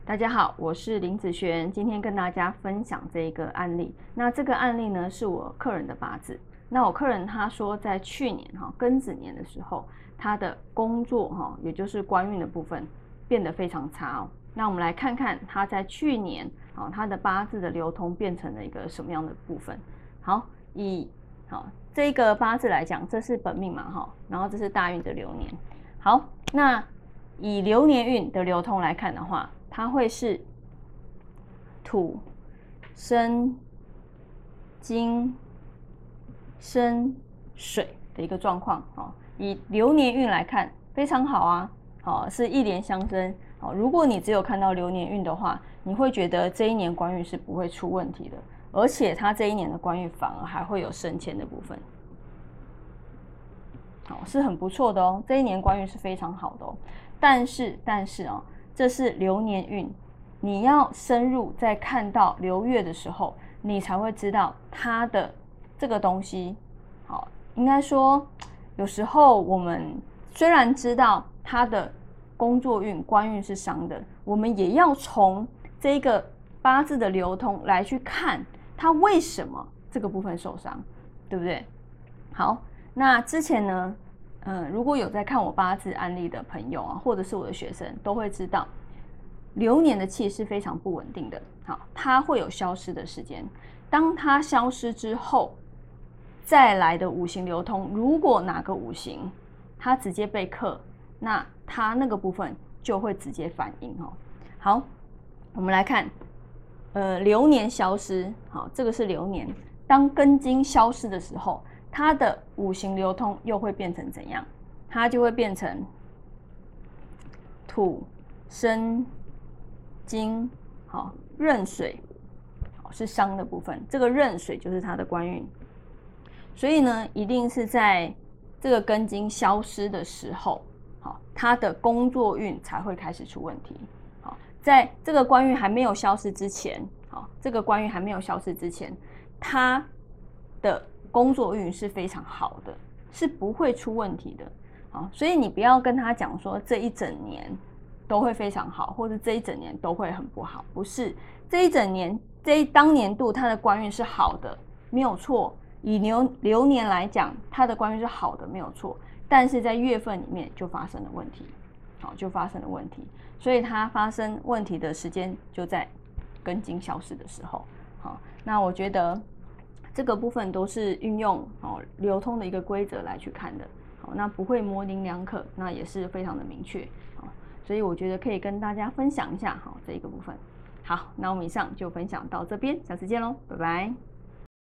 大家好，我是林子璇，今天跟大家分享这个案例。那这个案例呢，是我客人的八字。那我客人他说，在去年庚子年的时候，他的工作也就是官运的部分变得非常差哦。那我们来看看他在去年他的八字的流通变成了一个什么样的部分。好，以这个八字来讲，这是本命嘛然后这是大运的流年。好，那以流年运的流通来看的话，它会是土生金生水的一个状况以流年运来看，非常好啊，是一连相生。如果你只有看到流年运的话，你会觉得这一年官运是不会出问题的，而且它这一年的官运反而还会有升迁的部分，是很不错的哦。这一年官运是非常好的哦。但是这是流年运，你要深入在看到流月的时候，你才会知道它的这个东西。应该说有时候我们虽然知道它的工作运官运是伤的，我们也要从这个八字的流通来去看它为什么这个部分受伤，对不对？好，那之前呢如果有在看我八字案例的朋友或者是我的学生都会知道，流年的气是非常不稳定的。它会有消失的时间，当它消失之后，再来的五行流通，如果哪个五行它直接被克，那它那个部分就会直接反应好，我们来看流年消失，这个是流年，当庚金消失的时候，它的五行流通又会变成怎样？它就会变成土生金壬水是伤的部分，这个壬水就是它的官运。所以呢，一定是在这个庚金消失的时候它的工作运才会开始出问题。在这个官运还没有消失之前它的工作运是非常好的，是不会出问题的。所以你不要跟他讲说这一整年都会非常好，或者这一整年都会很不好，不是。这一整年当年度它的官运是好的，没有错。以流年来讲，它的官运是好的，没有错。但是在月份里面就发生了问题，所以它发生问题的时间就在庚金消失的时候。那我觉得这个部分都是运用流通的一个规则来去看的。那不会模棱两可，那也是非常的明确。所以我觉得可以跟大家分享一下这一个部分。好，那我们以上就分享到这边，下次见喽，拜拜。